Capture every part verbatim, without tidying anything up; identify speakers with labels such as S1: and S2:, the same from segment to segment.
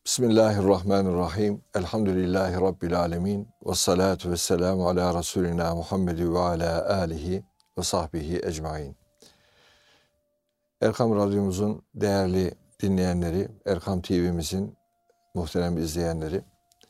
S1: Bismillahirrahmanirrahim. Elhamdülillahi Rabbil alemin. Ve salatu ve selamu ala Resulina Muhammedi ve ala alihi ve sahbihi ecmain. Erkam Radyomuzun değerli dinleyenleri, Erkam T V'mizin muhterem izleyenleri,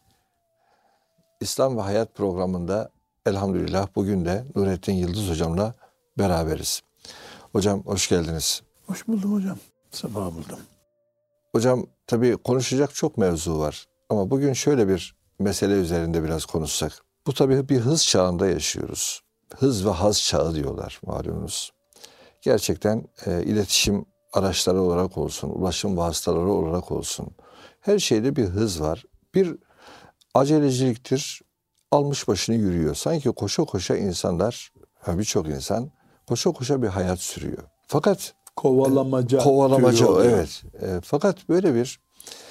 S1: İslam ve Hayat programında elhamdülillah bugün de Nurettin Yıldız hocamla beraberiz. Hocam hoş geldiniz.
S2: Hoş buldum hocam. Sabah buldum.
S1: Hocam tabii konuşacak çok mevzu var. Ama bugün şöyle bir mesele üzerinde biraz konuşsak. Bu tabii bir hız çağında yaşıyoruz. Hız ve haz çağı diyorlar malumunuz. Gerçekten e, iletişim araçları olarak olsun, ulaşım vasıtaları olarak olsun. Her şeyde bir hız var. Bir aceleciliktir. Almış başını yürüyor. Sanki koşa koşa insanlar, birçok insan koşa koşa bir hayat sürüyor. Fakat
S2: Kovalamaca.
S1: Kovalamaca evet. E, fakat böyle bir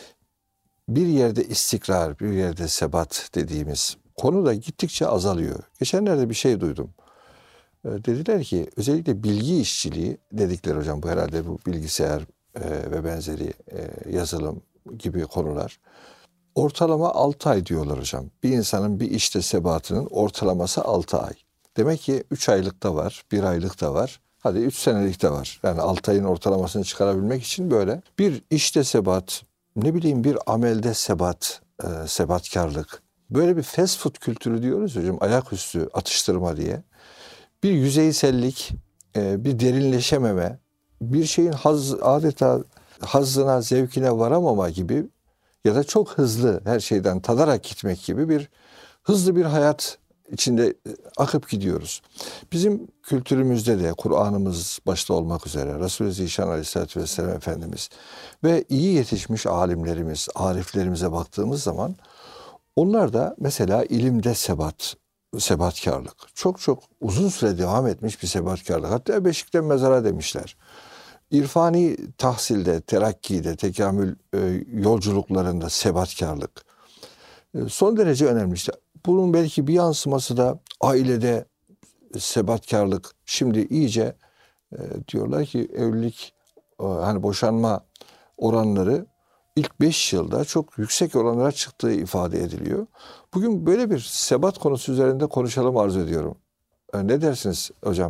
S1: bir yerde istikrar, bir yerde sebat dediğimiz konu da gittikçe azalıyor. Geçenlerde bir şey duydum. E, dediler ki özellikle bilgi işçiliği dedikleri hocam, bu herhalde bu bilgisayar e, ve benzeri e, yazılım gibi konular. Ortalama altı ay diyorlar hocam. Bir insanın bir işte sebatının ortalaması altı ay. Demek ki üç aylık da var, bir aylık da var. Hadi üç senelik de var. Yani altı ayın ortalamasını çıkarabilmek için böyle. Bir işte sebat, ne bileyim bir amelde sebat, e, sebatkarlık. Böyle bir fast food kültürü diyoruz hocam, ayaküstü atıştırma diye. Bir yüzeysellik, e, bir derinleşememe, bir şeyin haz, adeta hazzına, zevkine varamama gibi ya da çok hızlı her şeyden tadarak gitmek gibi bir hızlı bir hayat içinde akıp gidiyoruz. Bizim kültürümüzde de Kur'an'ımız başta olmak üzere Resulü Zişan Aleyhisselatü Vesselam Efendimiz ve iyi yetişmiş alimlerimiz, ariflerimize baktığımız zaman onlar da mesela ilimde sebat, sebatkarlık. Çok çok uzun süre devam etmiş bir sebatkarlık. Hatta beşikten mezara demişler. İrfani tahsilde, terakkide, tekamül e, yolculuklarında sebatkarlık e, son derece önemli. İşte bunun belki bir yansıması da ailede sebatkarlık. Şimdi iyice e, diyorlar ki evlilik, e, hani boşanma oranları ilk beş yılda çok yüksek oranlara çıktığı ifade ediliyor. Bugün böyle bir sebat konusu üzerinde konuşalım arzu ediyorum. E, ne dersiniz hocam?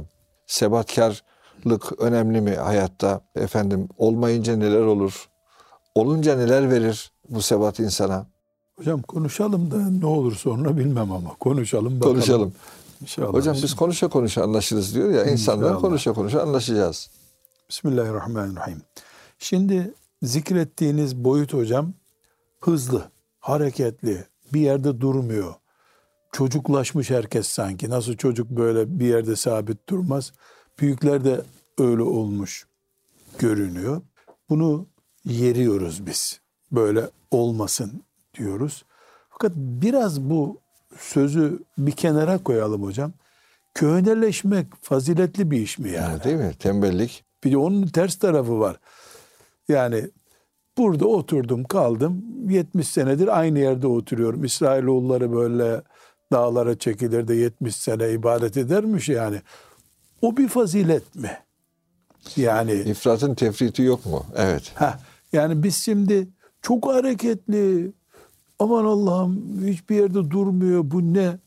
S1: Sebatkarlık önemli mi hayatta? Efendim olmayınca neler olur? Olunca neler verir bu sebat insana?
S2: Hocam konuşalım da ne olur sonra bilmem ama konuşalım bakalım.
S1: Konuşalım.
S2: İnşallah.
S1: Hocam biz konuşa konuşa anlaşırız diyor ya. İnsanlar
S2: İnşallah.
S1: konuşa konuşa anlaşacağız.
S2: Bismillahirrahmanirrahim. Şimdi zikrettiğiniz boyut hocam hızlı, hareketli, bir yerde durmuyor. Çocuklaşmış herkes sanki. Nasıl çocuk böyle bir yerde sabit durmaz. Büyükler de öyle olmuş görünüyor. Bunu yeriyoruz biz. Böyle olmasın diyoruz. Fakat biraz bu sözü bir kenara koyalım hocam. Köhneleşmek faziletli bir iş mi yani?
S1: Yani değil mi? Tembellik.
S2: Bir de onun ters tarafı var. Yani burada oturdum kaldım. yetmiş senedir aynı yerde oturuyorum. İsrailoğulları böyle dağlara çekilir de yetmiş sene ibadet edermiş yani. O bir fazilet mi? Yani
S1: İfratın tefriti yok mu? Evet.
S2: heh, yani biz şimdi çok hareketli, aman Allah'ım hiçbir yerde durmuyor, bu ne?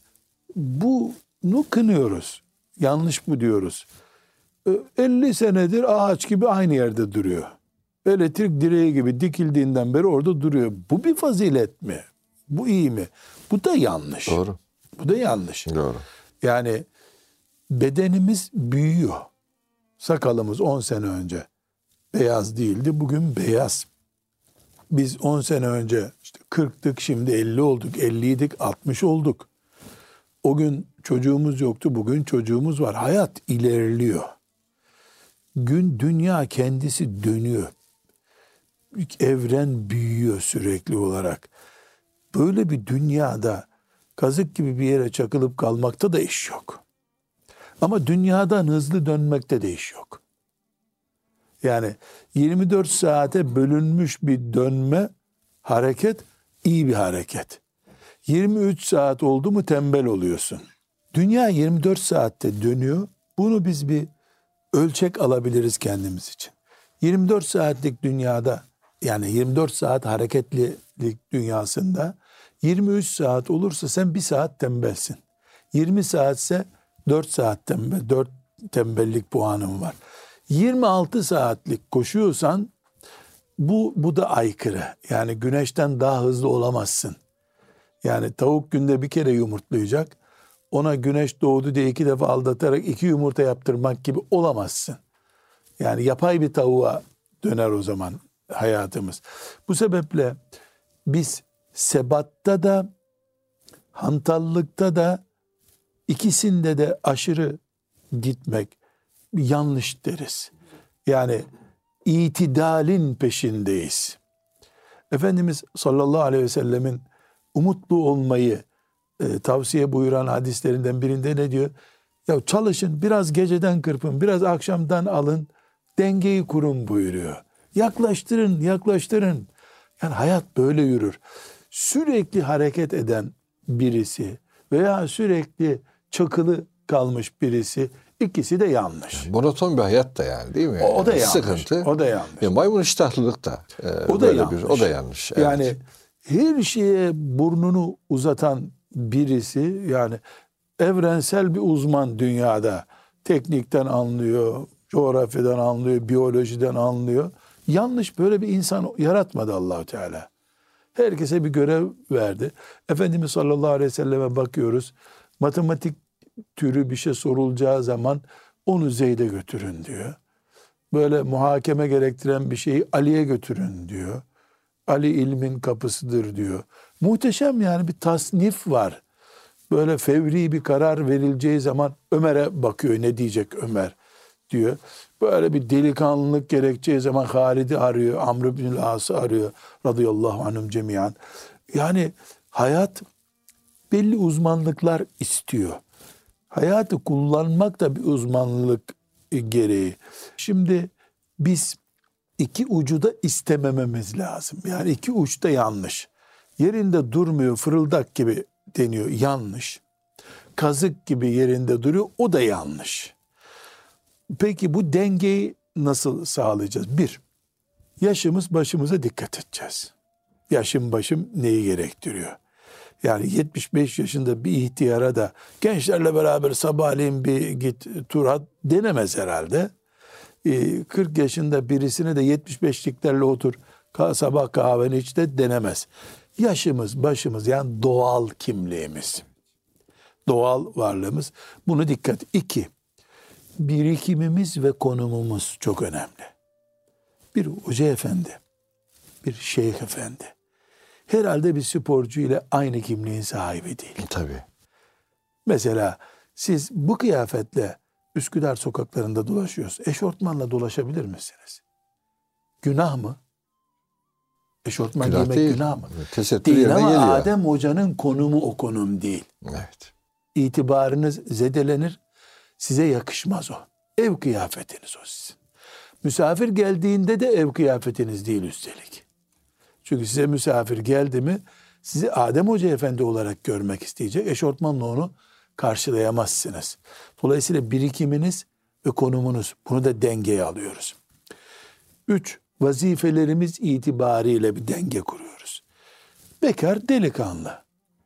S2: Bunu kınıyoruz. Yanlış mı diyoruz? elli senedir ağaç gibi aynı yerde duruyor. Elektrik direği gibi dikildiğinden beri orada duruyor. Bu bir fazilet mi? Bu iyi mi? Bu da yanlış.
S1: Doğru.
S2: Bu da yanlış.
S1: Doğru.
S2: Yani bedenimiz büyüyor. Sakalımız on sene önce beyaz değildi. Bugün beyaz. Biz on sene önce işte kırktık, şimdi elli olduk. elliydik, altmış olduk. O gün çocuğumuz yoktu, bugün çocuğumuz var. Hayat ilerliyor. Gün, dünya kendisi dönüyor. Evren büyüyor sürekli olarak. Böyle bir dünyada kazık gibi bir yere çakılıp kalmakta da iş yok. Ama dünyadan hızlı dönmekte de iş yok. Yani yirmi dört saate bölünmüş bir dönme, hareket iyi bir hareket. yirmi üç saat oldu mu tembel oluyorsun. Dünya yirmi dört saatte dönüyor. Bunu biz bir ölçek alabiliriz kendimiz için. yirmi dört saatlik dünyada yani yirmi dört saat hareketlilik dünyasında yirmi üç saat olursa sen bir saat tembelsin. yirmi saatse dört saat tembel, dört tembellik puanın var. yirmi altı saatlik koşuyorsan bu bu da aykırı. Yani güneşten daha hızlı olamazsın. Yani tavuk günde bir kere yumurtlayacak. Ona güneş doğdu diye iki defa aldatarak iki yumurta yaptırmak gibi olamazsın. Yani yapay bir tavuğa döner o zaman hayatımız. Bu sebeple biz sebatta da hantallıkta da ikisinde de aşırı gitmek yanlış deriz. Yani itidalin peşindeyiz. Efendimiz sallallahu aleyhi ve sellemin umutlu olmayı e, tavsiye buyuran hadislerinden birinde ne diyor? Ya çalışın, biraz geceden kırpın, biraz akşamdan alın, dengeyi kurun buyuruyor. Yaklaştırın, yaklaştırın. Yani hayat böyle yürür. Sürekli hareket eden birisi veya sürekli çakılı kalmış birisi, ikisi de yanlış.
S1: Monoton bir hayat da yani, değil mi?
S2: O, o da yanlış.
S1: Sıkıntı.
S2: O da yanlış.
S1: Ya maymun iştahlılık da e,
S2: o da
S1: böyle
S2: yanlış.
S1: bir, o da yanlış. Evet.
S2: Yani her şeye burnunu uzatan birisi, yani evrensel bir uzman dünyada, teknikten anlıyor, coğrafyadan anlıyor, biyolojiden anlıyor. Yanlış, böyle bir insan yaratmadı Allah-u Teala. Herkese bir görev verdi. Efendimiz sallallahu aleyhi ve selleme bakıyoruz. Matematik türü bir şey sorulacağı zaman onu Zeyd'e götürün diyor. Böyle muhakeme gerektiren bir şeyi Ali'ye götürün diyor. Ali ilmin kapısıdır diyor. Muhteşem, yani bir tasnif var. Böyle fevri bir karar verileceği zaman Ömer'e bakıyor, ne diyecek Ömer diyor. Böyle bir delikanlılık gerekeceği zaman Halid'i arıyor, Amr ibn As'ı arıyor radıyallahu anhum cemiyan. Yani hayat belli uzmanlıklar istiyor. Hayatı kullanmak da bir uzmanlık gereği. Şimdi biz iki ucu da istemememiz lazım. Yani iki uç da yanlış. Yerinde durmuyor, fırıldak gibi deniyor, yanlış. Kazık gibi yerinde duruyor, o da yanlış. Peki bu dengeyi nasıl sağlayacağız? Bir, yaşımız başımıza dikkat edeceğiz. Yaşım başım neyi gerektiriyor? Yani yetmiş beş yaşında bir ihtiyara da gençlerle beraber sabahleyin bir git tur at denemez herhalde. kırk yaşında birisine de yetmiş beşliklerle otur sabah kahveni iç de denemez. Yaşımız, başımız, yani doğal kimliğimiz, doğal varlığımız, bunu dikkat. İki, birikimimiz ve konumumuz çok önemli. Bir hoca efendi, bir şeyh efendi herhalde bir sporcu ile aynı kimliğin sahibi değil.
S1: Tabii.
S2: Mesela siz bu kıyafetle Üsküdar sokaklarında dolaşıyorsunuz. Eşortmanla dolaşabilir misiniz? Günah mı? Eşortman
S1: Günah
S2: giymek
S1: değil.
S2: günah mı?
S1: Tesettür
S2: Değil,
S1: yerine
S2: ama
S1: geliyor.
S2: Adem Hoca'nın konumu o konum değil.
S1: Evet.
S2: İtibarınız zedelenir. Size yakışmaz o. Ev kıyafetiniz o sizin. Misafir geldiğinde de ev kıyafetiniz değil üstelik. Çünkü size misafir geldi mi sizi Adem Hoca Efendi olarak görmek isteyecek. Eşortmanla onu karşılayamazsınız. Dolayısıyla birikiminiz ve konumunuz, bunu da dengeye alıyoruz. Üç, vazifelerimiz itibariyle bir denge kuruyoruz. Bekar delikanlı,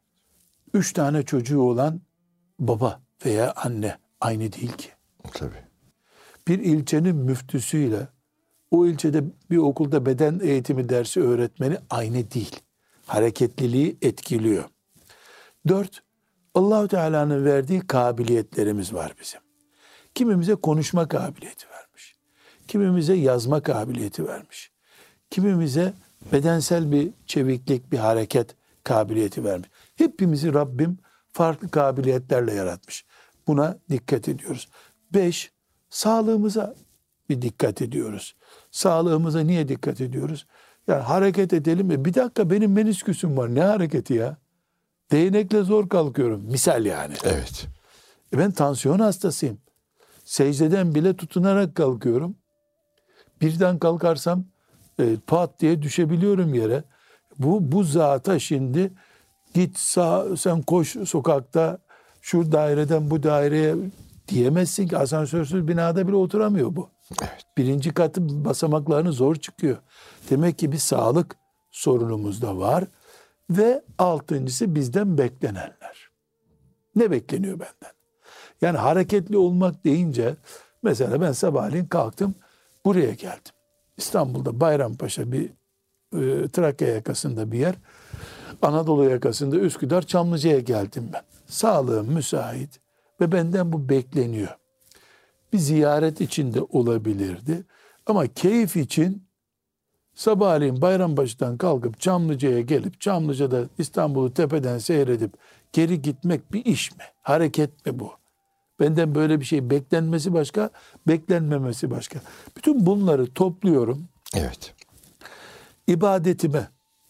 S2: üç tane çocuğu olan baba veya anne aynı değil ki.
S1: Tabii.
S2: Bir ilçenin müftüsüyle o ilçede bir okulda beden eğitimi dersi öğretmeni aynı değil. Hareketliliği etkiliyor. Dört, Allah-u Teala'nın verdiği kabiliyetlerimiz var bizim. Kimimize konuşma kabiliyeti vermiş. Kimimize yazma kabiliyeti vermiş. Kimimize bedensel bir çeviklik, bir hareket kabiliyeti vermiş. Hepimizi Rabbim farklı kabiliyetlerle yaratmış. Buna dikkat ediyoruz. Beş, sağlığımıza bir dikkat ediyoruz. Sağlığımıza niye dikkat ediyoruz? Yani hareket edelim mi? Bir dakika, benim menisküsüm var. Ne hareketi ya? Değnekle zor kalkıyorum. Misal yani.
S1: Evet.
S2: E ben tansiyon hastasıyım. Secdeden bile tutunarak kalkıyorum. Birden kalkarsam e, pat diye düşebiliyorum yere. Bu bu zata şimdi git sağ, sen koş sokakta şu daireden bu daireye diyemezsin ki, asansörsüz binada bile oturamıyor bu.
S1: Evet.
S2: Birinci katı basamaklarını zor çıkıyor. Demek ki bir sağlık sorunumuz da var. Ve altıncısı bizden beklenenler. Ne bekleniyor benden? Yani hareketli olmak deyince mesela ben sabahleyin kalktım buraya geldim. İstanbul'da Bayrampaşa bir e, Trakya yakasında bir yer. Anadolu yakasında Üsküdar Çamlıca'ya geldim ben. Sağlığım müsait ve benden bu bekleniyor. Bir ziyaret için de olabilirdi. Ama keyif için sabahleyin Bayrampaşa'dan kalkıp Çamlıca'ya gelip Çamlıca'da İstanbul'u tepeden seyredip geri gitmek bir iş mi? Hareket mi bu? Benden böyle bir şey beklenmesi başka, beklenmemesi başka. Bütün bunları topluyorum.
S1: Evet.
S2: İbadetime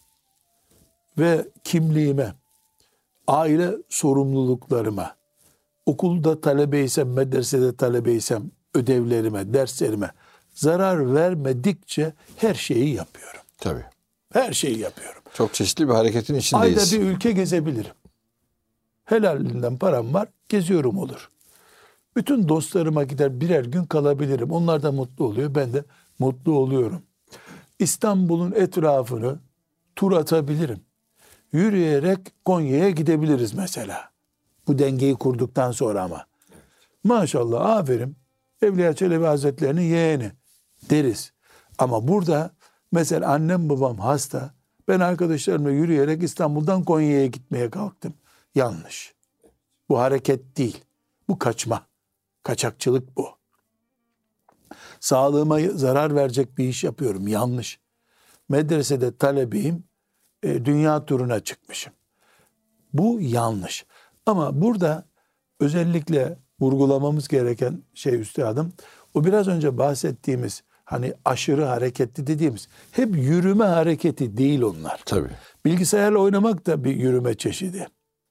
S2: ve kimliğime, aile sorumluluklarıma, okulda talebeysem, medresede talebeysem, ödevlerime, derslerime zarar vermedikçe her şeyi yapıyorum.
S1: Tabii.
S2: Her şeyi yapıyorum.
S1: Çok çeşitli bir hareketin içindeyiz.
S2: Ayda bir ülke gezebilirim. Helalinden param var, geziyorum olur. Bütün dostlarıma gider birer gün kalabilirim. Onlar da mutlu oluyor, ben de mutlu oluyorum. İstanbul'un etrafını tur atabilirim. Yürüyerek Konya'ya gidebiliriz mesela. Bu dengeyi kurduktan sonra ama. Evet. Maşallah, aferin. Evliya Çelebi Hazretleri'nin yeğeni deriz. Ama burada mesela annem babam hasta. Ben arkadaşlarımla yürüyerek İstanbul'dan Konya'ya gitmeye kalktım. Yanlış. Bu hareket değil. Bu kaçma. Kaçakçılık bu. Sağlığıma zarar verecek bir iş yapıyorum. Yanlış. Medresede talebeyim. E, dünya turuna çıkmışım. Bu yanlış. Ama burada özellikle vurgulamamız gereken şey üstadım, o biraz önce bahsettiğimiz hani aşırı hareketli dediğimiz hep yürüme hareketi değil onlar.
S1: Tabii.
S2: Bilgisayarla oynamak da bir yürüme çeşidi.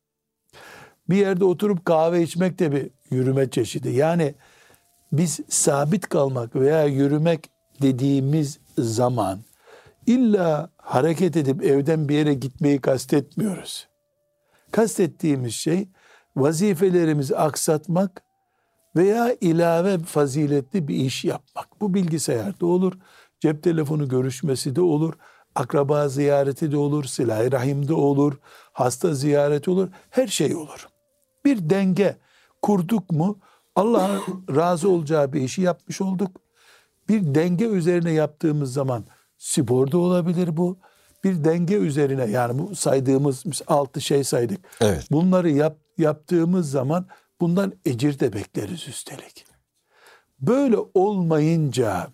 S2: Bir yerde oturup kahve içmek de bir yürüme çeşidi. Yani biz sabit kalmak veya yürümek dediğimiz zaman illa hareket edip evden bir yere gitmeyi kastetmiyoruz. Kastettiğimiz şey vazifelerimizi aksatmak veya ilave faziletli bir iş yapmak. Bu bilgisayarda olur, cep telefonu görüşmesi de olur, akraba ziyareti de olur, silah-i rahim de olur, hasta ziyareti olur, her şey olur. Bir denge kurduk mu Allah'ın razı olacağı bir işi yapmış olduk. Bir denge üzerine yaptığımız zaman spor da olabilir bu. Bir denge üzerine, yani bu saydığımız altı şey saydık.
S1: Evet.
S2: Bunları yap, yaptığımız zaman bundan ecir de bekleriz üstelik. Böyle olmayınca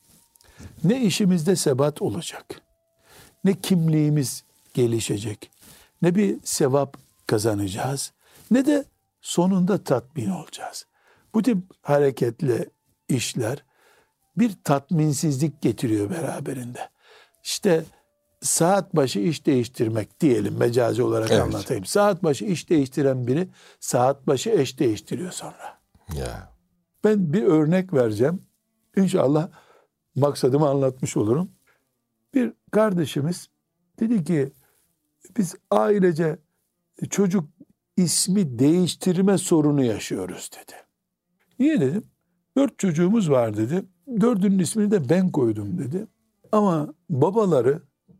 S2: ne işimizde sebat olacak, ne kimliğimiz gelişecek, ne bir sevap kazanacağız, ne de sonunda tatmin olacağız. Bu tip hareketli işler bir tatminsizlik getiriyor beraberinde. İşte saat başı iş değiştirmek diyelim, mecazi olarak evet. anlatayım. Saat başı iş değiştiren biri saat başı eş değiştiriyor sonra.
S1: Ya.
S2: Ben bir örnek vereceğim. İnşallah maksadımı anlatmış olurum. Bir kardeşimiz dedi ki biz ailece çocuk ismi değiştirme sorunu yaşıyoruz dedi. Niye dedim? Dört çocuğumuz var dedi. Dördünün ismini de ben koydum dedi. Ama babaları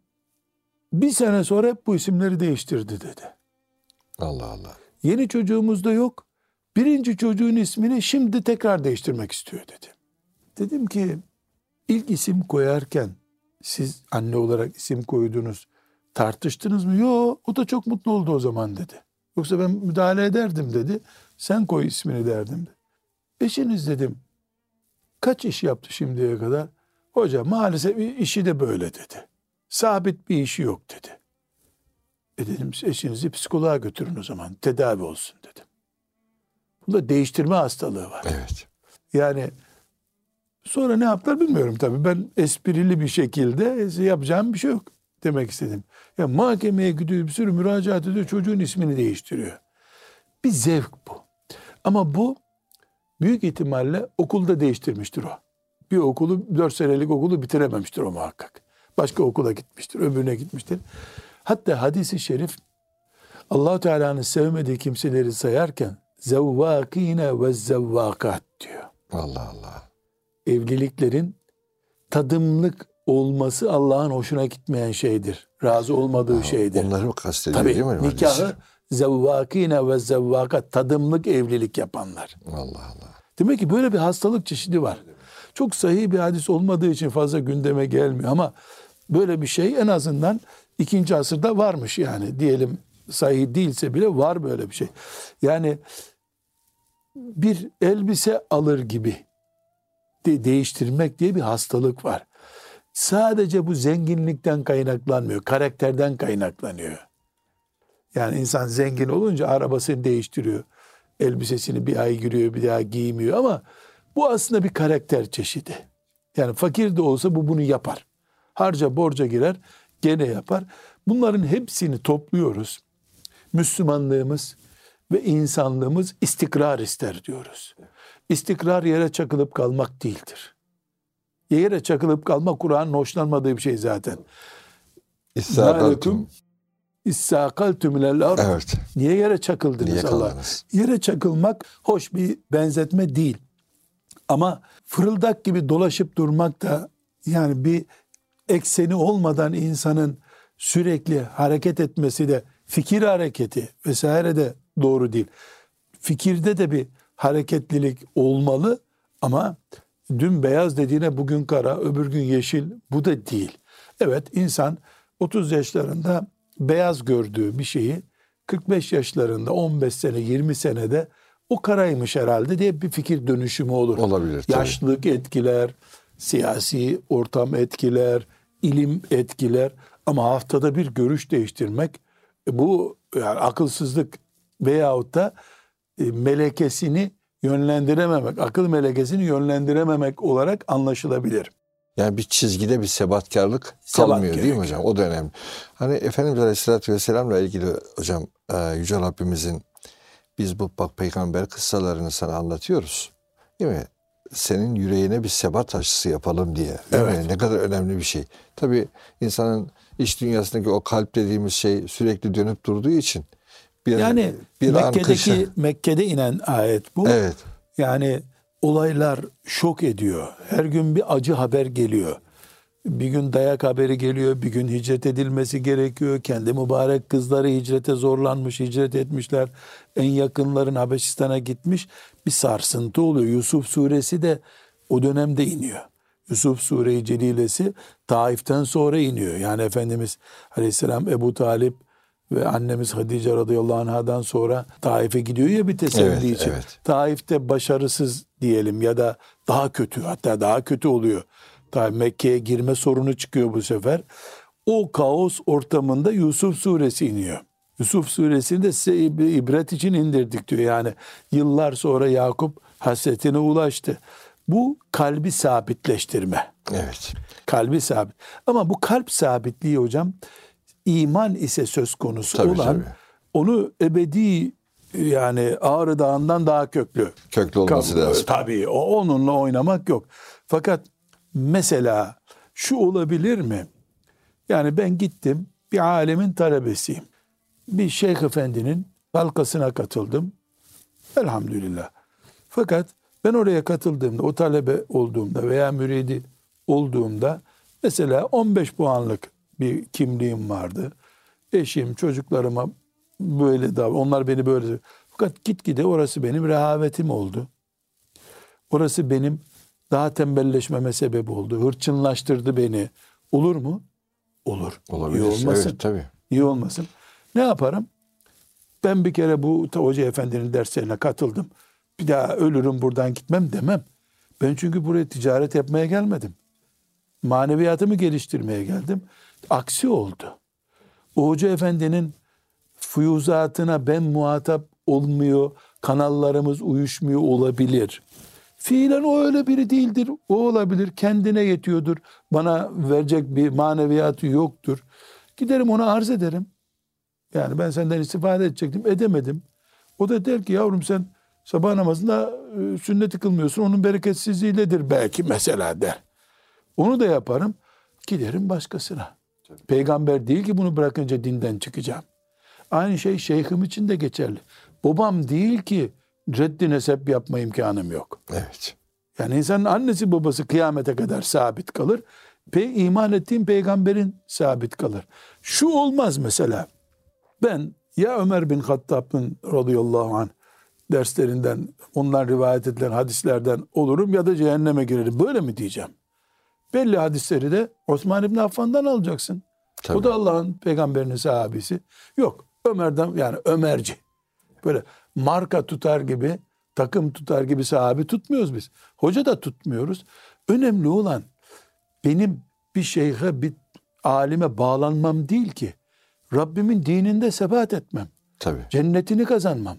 S2: bir sene sonra hep bu isimleri değiştirdi dedi.
S1: Allah Allah.
S2: Yeni çocuğumuz da yok. Birinci çocuğun ismini şimdi tekrar değiştirmek istiyor dedi. Dedim ki ilk isim koyarken siz anne olarak isim koydunuz, tartıştınız mı? Yok, o da çok mutlu oldu o zaman dedi. Yoksa ben müdahale ederdim dedi. Sen koy ismini derdim dedi. Eşiniz dedim kaç iş yaptı şimdiye kadar? Hocam maalesef işi de böyle dedi. Sabit bir işi yok dedi. E dedim eşinizi psikoloğa götürün o zaman, tedavi olsun dedim. Bunda değiştirme hastalığı var.
S1: Evet.
S2: Yani sonra ne yaptılar bilmiyorum tabii. Ben esprili bir şekilde yapacağım bir şey yok demek istedim. Ya mahkemeye gidiyor, bir sürü müracaat ediyor, çocuğun ismini değiştiriyor. Bir zevk bu. Ama bu büyük ihtimalle okulda değiştirmiştir o. Bir okulu, dört senelik okulu bitirememiştir o muhakkak. Başka okula gitmiştir, öbürüne gitmiştir. Hatta hadis-i şerif Allah-u Teala'nın sevmediği kimseleri sayarken zevvâkîne ve zevvâkât diyor.
S1: Allah Allah.
S2: evliliklerin tadımlık olması Allah'ın hoşuna gitmeyen şeydir. Razı olmadığı
S1: Ha,
S2: şeydir.
S1: Onları mı kastediyor
S2: Tabii
S1: değil mi?
S2: nikahı zevvâkîne ve zevvâkat, tadımlık evlilik yapanlar.
S1: Allah Allah.
S2: Demek ki böyle bir hastalık çeşidi var. Çok sahih bir hadis olmadığı için fazla gündeme gelmiyor ama böyle bir şey en azından ikinci asırda varmış yani. Diyelim sahih değilse bile var böyle bir şey. Yani bir elbise alır gibi de değiştirmek diye bir hastalık var. Sadece bu zenginlikten kaynaklanmıyor, karakterden kaynaklanıyor. Yani insan zengin olunca arabasını değiştiriyor, elbisesini bir ay giriyor, bir daha giymiyor ama bu aslında bir karakter çeşidi. Yani fakir de olsa bu bunu yapar. Harca borca girer, gene yapar. Bunların hepsini topluyoruz. Müslümanlığımız ve insanlığımız istikrar ister diyoruz. İstikrar yere çakılıp kalmak değildir. Yere çakılıp kalmak Kur'an'ın hoşlanmadığı bir şey zaten.
S1: İstâkaltum.
S2: İstâkaltum minel ard.
S1: Evet.
S2: Niye yere çakıldınız
S1: Niye
S2: Allah?
S1: kaldınız?
S2: Yere çakılmak hoş bir benzetme değil. Ama fırıldak gibi dolaşıp durmak da yani bir ekseni olmadan insanın sürekli hareket etmesi de fikir hareketi vesaire de doğru değil. Fikirde de bir hareketlilik olmalı ama dün beyaz dediğine bugün kara, öbür gün yeşil, bu da değil. Evet, insan otuz yaşlarında beyaz gördüğü bir şeyi kırk beş yaşlarında on beş sene yirmi senede o karaymış herhalde diye bir fikir dönüşümü olur.
S1: Olabilir. Tabii.
S2: Yaşlılık etkiler, siyasi ortam etkiler, ilim etkiler ama haftada bir görüş değiştirmek bu yani akılsızlık veyahut da e, melekesini yönlendirememek, akıl melekesini yönlendirememek olarak anlaşılabilir.
S1: Yani bir çizgide bir sebatkarlık
S2: Sebat
S1: kalmıyor değil mi
S2: gerekiyor.
S1: hocam? O da önemli. Hani Efendimiz Aleyhisselatü Vesselam'la ilgili hocam e, Yüce Rabbimizin biz bu bak peygamber kıssalarını sana anlatıyoruz. Değil mi? Senin yüreğine bir sebat aşısı yapalım diye. Değil
S2: Evet.
S1: mi? Ne kadar önemli bir şey. Tabii insanın iç dünyasındaki o kalp dediğimiz şey sürekli dönüp durduğu için bir,
S2: Yani
S1: bir an
S2: Mekke'deki
S1: kışa-
S2: Mekke'de inen ayet bu.
S1: Evet.
S2: Yani olaylar şok ediyor. Her gün bir acı haber geliyor. Bir gün dayak haberi geliyor, bir gün hicret edilmesi gerekiyor. Kendi mübarek kızları hicrete zorlanmış, hicret etmişler. En yakınların Habeşistan'a gitmiş. Bir sarsıntı oluyor. Yusuf suresi de o dönemde iniyor. Yusuf Sure-i Celilesi Taif'ten sonra iniyor. Yani Efendimiz Aleyhisselam Ebu Talip ve annemiz Hatice radıyallahu anhadan sonra Taif'e gidiyor ya bir teselli
S1: Evet,
S2: için.
S1: evet.
S2: Taif'te başarısız diyelim ya da daha kötü, hatta daha kötü oluyor. Tabii Mekke'ye girme sorunu çıkıyor bu sefer. O kaos ortamında Yusuf suresi iniyor. Yusuf suresini de size ibret için indirdik diyor. Yani yıllar sonra Yakup hasretine ulaştı. Bu kalbi sabitleştirme.
S1: Evet.
S2: Kalbi sabit. Ama bu kalp sabitliği hocam iman ise söz konusu
S1: Tabii,
S2: olan
S1: tabii.
S2: onu ebedi yani Ağrı Dağı'ndan daha köklü.
S1: Köklü olması
S2: Kabul-
S1: lazım.
S2: Tabii o, onunla oynamak yok. Fakat mesela şu olabilir mi? Yani ben gittim bir alemin talebesiyim. Bir şeyh efendinin halkasına katıldım. Elhamdülillah. Fakat ben oraya katıldığımda, o talebe olduğumda veya müridi olduğumda mesela on beş puanlık bir kimliğim vardı. Eşim, çocuklarıma böyle davran, onlar beni böyle. Fakat gitgide orası benim rehavetim oldu. Orası benim daha tembelleşmeme sebep oldu. Hırçınlaştırdı beni. Olur mu? Olur.
S1: Olabilir.
S2: İyi olmasın.
S1: Evet, tabii.
S2: İyi olmasın. Ne yaparım? Ben bir kere bu hoca efendinin derslerine katıldım. Bir daha ölürüm buradan gitmem demem. Ben çünkü buraya ticaret yapmaya gelmedim. Maneviyatımı geliştirmeye geldim. Aksi oldu. O hoca efendinin füyuzatına ben muhatap olmuyor, kanallarımız uyuşmuyor olabilir. Fiilen o öyle biri değildir. O olabilir. Kendine yetiyordur. Bana verecek bir maneviyatı yoktur. Giderim ona arz ederim. Yani ben senden istifade edecektim. Edemedim. O da der ki yavrum sen sabah namazında e, sünneti kılmıyorsun. Onun bereketsizliğidir belki mesela der. Onu da yaparım. Giderim başkasına. Peygamber değil ki bunu bırakınca dinden çıkacağım. Aynı şey şeyhim için de geçerli. Babam değil ki reddi nesep yapma imkanım yok.
S1: Evet.
S2: Yani insanın annesi babası kıyamete kadar sabit kalır. Pe iman ettiğin peygamberin sabit kalır. Şu olmaz mesela. Ben ya Ömer bin Hattab'ın radıyallahu anh derslerinden, onlar rivayet edilen hadislerden olurum ya da cehenneme girerim. Böyle mi diyeceğim? Belli hadisleri de Osman İbni Affan'dan alacaksın.
S1: Tabii.
S2: O da Allah'ın peygamberinin sahabesi. Yok, Ömer'den, yani Ömerci. Böyle marka tutar gibi, takım tutar gibi sahabi tutmuyoruz biz. Hoca da tutmuyoruz. Önemli olan benim bir şeyhe, bir alime bağlanmam değil ki. Rabbimin dininde sebat etmem.
S1: Tabii.
S2: Cennetini kazanmam.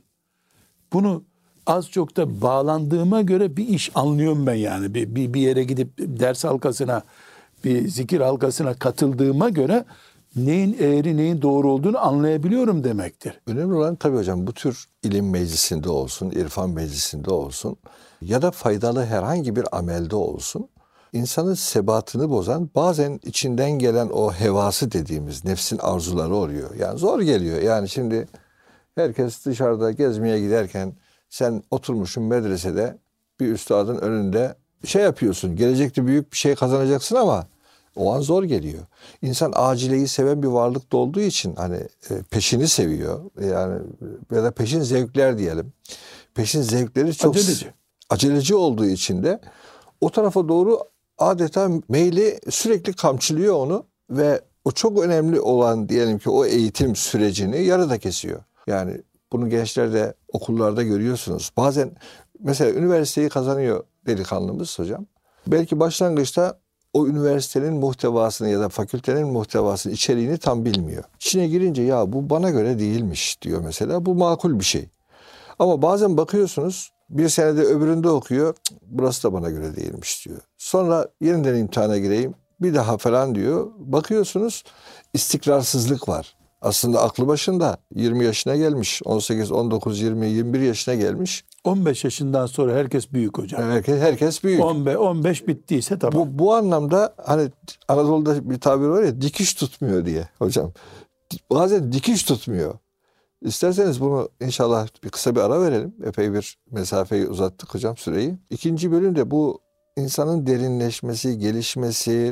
S2: Bunu az çok da bağlandığıma göre bir iş anlıyorum ben yani. Bir, bir, bir yere gidip ders halkasına, bir zikir halkasına katıldığıma göre neyin eğri neyin doğru olduğunu anlayabiliyorum demektir.
S1: Önemli olan tabii hocam bu tür ilim meclisinde olsun, irfan meclisinde olsun ya da faydalı herhangi bir amelde olsun, insanın sebatını bozan, bazen içinden gelen o hevası dediğimiz nefsin arzuları oluyor. Yani zor geliyor. Yani şimdi herkes dışarıda gezmeye giderken sen oturmuşsun medresede bir üstadın önünde şey yapıyorsun. Gelecekte büyük bir şey kazanacaksın ama o an zor geliyor. İnsan acileyi seven bir varlık olduğu için hani peşini seviyor. Yani ya da peşin zevkler diyelim. Peşin zevkleri çok
S2: aceleci.
S1: aceleci olduğu için de o tarafa doğru adeta meyli sürekli kamçılıyor onu ve o çok önemli olan diyelim ki o eğitim sürecini yarıda kesiyor. Yani bunu gençlerde okullarda görüyorsunuz. Bazen mesela üniversiteyi kazanıyor delikanlımız hocam. Belki başlangıçta o üniversitenin muhtevasını ya da fakültenin muhtevasını, içeriğini tam bilmiyor. İçine girince ya bu bana göre değilmiş diyor mesela. Bu makul bir şey. Ama bazen bakıyorsunuz bir senede öbüründe okuyor. Burası da bana göre değilmiş diyor. Sonra yeniden imtihana gireyim. Bir daha falan diyor. Bakıyorsunuz istikrarsızlık var. Aslında aklı başında yirmi yaşına gelmiş. on sekiz, on dokuz, yirmi, yirmi bir yaşına gelmiş.
S2: on beş yaşından sonra herkes büyük hocam.
S1: Herkes, herkes büyük.
S2: on beş, on beş bittiyse tamam.
S1: Bu, bu anlamda hani Anadolu'da bir tabir var ya, dikiş tutmuyor diye hocam. Bazen dikiş tutmuyor. İsterseniz bunu inşallah bir kısa bir ara verelim. Epey bir mesafeyi uzattık hocam, süreyi. İkinci bölümde bu insanın derinleşmesi, gelişmesi,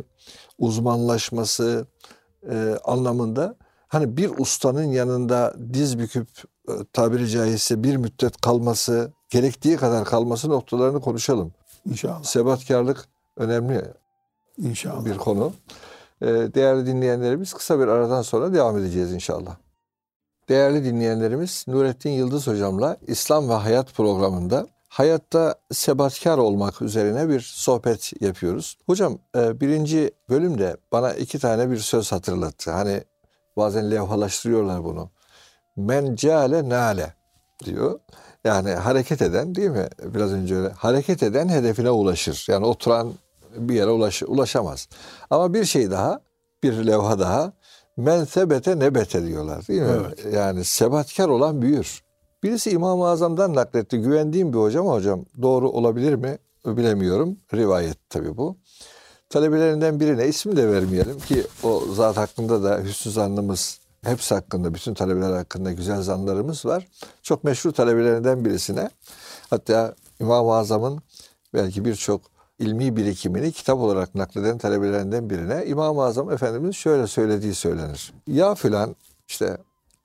S1: uzmanlaşması e, anlamında hani bir ustanın yanında diz büküp e, tabiri caizse bir müddet kalması, gerektiği kadar kalması noktalarını konuşalım.
S2: İnşallah.
S1: Sebatkarlık önemli
S2: İnşallah.
S1: bir konu. E, değerli dinleyenlerimiz, kısa bir aradan sonra devam edeceğiz inşallah. Değerli dinleyenlerimiz, Nurettin Yıldız hocamla İslam ve Hayat programında hayatta sebatkar olmak üzerine bir sohbet yapıyoruz. Hocam birinci bölümde bana iki tane bir söz hatırlattı. Hani bazen levhalaştırıyorlar bunu. Men cale nale diyor. Yani hareket eden, değil mi? Biraz önce öyle. Hareket eden hedefine ulaşır. Yani oturan bir yere ulaş, ulaşamaz. Ama bir şey daha, bir levha daha. Men sebete nebete diyorlar, değil mi?
S2: Evet.
S1: Yani sebatkar olan büyür. Birisi İmam-ı Azam'dan nakletti. Güvendiğim bir hocam hocam. Doğru olabilir mi? Bilemiyorum. Rivayet tabii bu. Talebelerinden birine, isim de vermeyelim ki o zat hakkında da hüsnü zannımız, hepsi hakkında, bütün talebeler hakkında güzel zanlarımız var. Çok meşhur talebelerinden birisine, hatta İmam-ı Azam'ın belki birçok ilmi birikimini kitap olarak nakleden talebelerinden birine İmam-ı Azam Efendimiz şöyle söylediği söylenir. Ya filan işte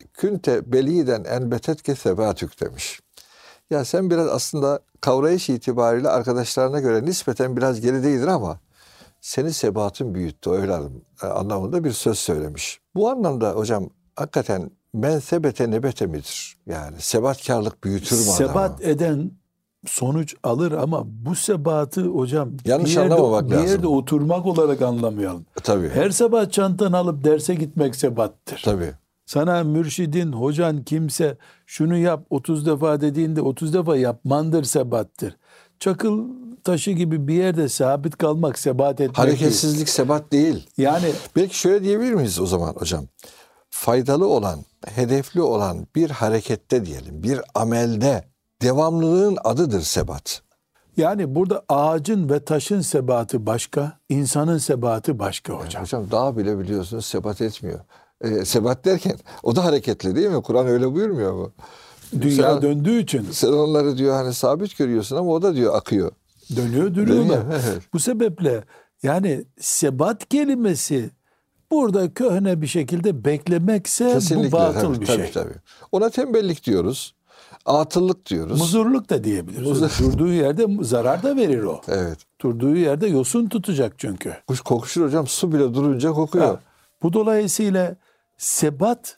S1: künte beliden enbetetke sebatük demiş. Ya sen biraz aslında kavrayış itibariyle arkadaşlarına göre nispeten biraz gerideydin ama seni sebatın büyüttü evladım anlamında bir söz söylemiş. Bu anlamda hocam hakikaten men sebete nebete midir? Yani sebatkarlık büyütür mü adamı?
S2: Sebat eden sonuç alır ama bu sebatı hocam
S1: yanlış
S2: bir yerde,
S1: anlamamak
S2: bir
S1: lazım.
S2: yerde oturmak olarak anlamayalım.
S1: Tabii.
S2: Her sabah çantanı alıp derse gitmek sebattır.
S1: Tabii.
S2: Sana mürşidin, hocan kimse şunu yap otuz defa dediğinde otuz defa yapmandır sebattır. Çakıl taşı gibi bir yerde sabit kalmak sebat etmek
S1: Hareketsizlik
S2: değil.
S1: sebat değil.
S2: Yani
S1: belki şöyle diyebilir miyiz o zaman hocam? Faydalı olan, hedefli olan bir harekette diyelim, bir amelde devamlılığın adıdır sebat.
S2: Yani burada ağacın ve taşın sebatı başka, insanın sebatı başka hocam.
S1: Yani hocam dağ bile biliyorsunuz sebat etmiyor. Ee, sebat derken o da hareketli değil mi? Kur'an öyle buyurmuyor mu?
S2: Dünya
S1: sen,
S2: döndüğü için.
S1: Sen onları diyor hani sabit görüyorsun ama o da diyor akıyor.
S2: Dönüyor duruyorlar.
S1: Dönüyor, evet.
S2: Bu sebeple yani sebat kelimesi burada köhne bir şekilde beklemekse
S1: Kesinlikle,
S2: bu batıl
S1: tabii,
S2: bir
S1: tabii,
S2: şey.
S1: Tabii. Ona tembellik diyoruz. Atıllık diyoruz.
S2: Muzurluk da diyebiliriz.
S1: Muzur.
S2: Durduğu yerde zarar da verir o.
S1: Evet.
S2: Durduğu yerde yosun tutacak çünkü.
S1: Kuş kokuşur hocam. Su bile durunca kokuyor.
S2: Ha, bu dolayısıyla sebat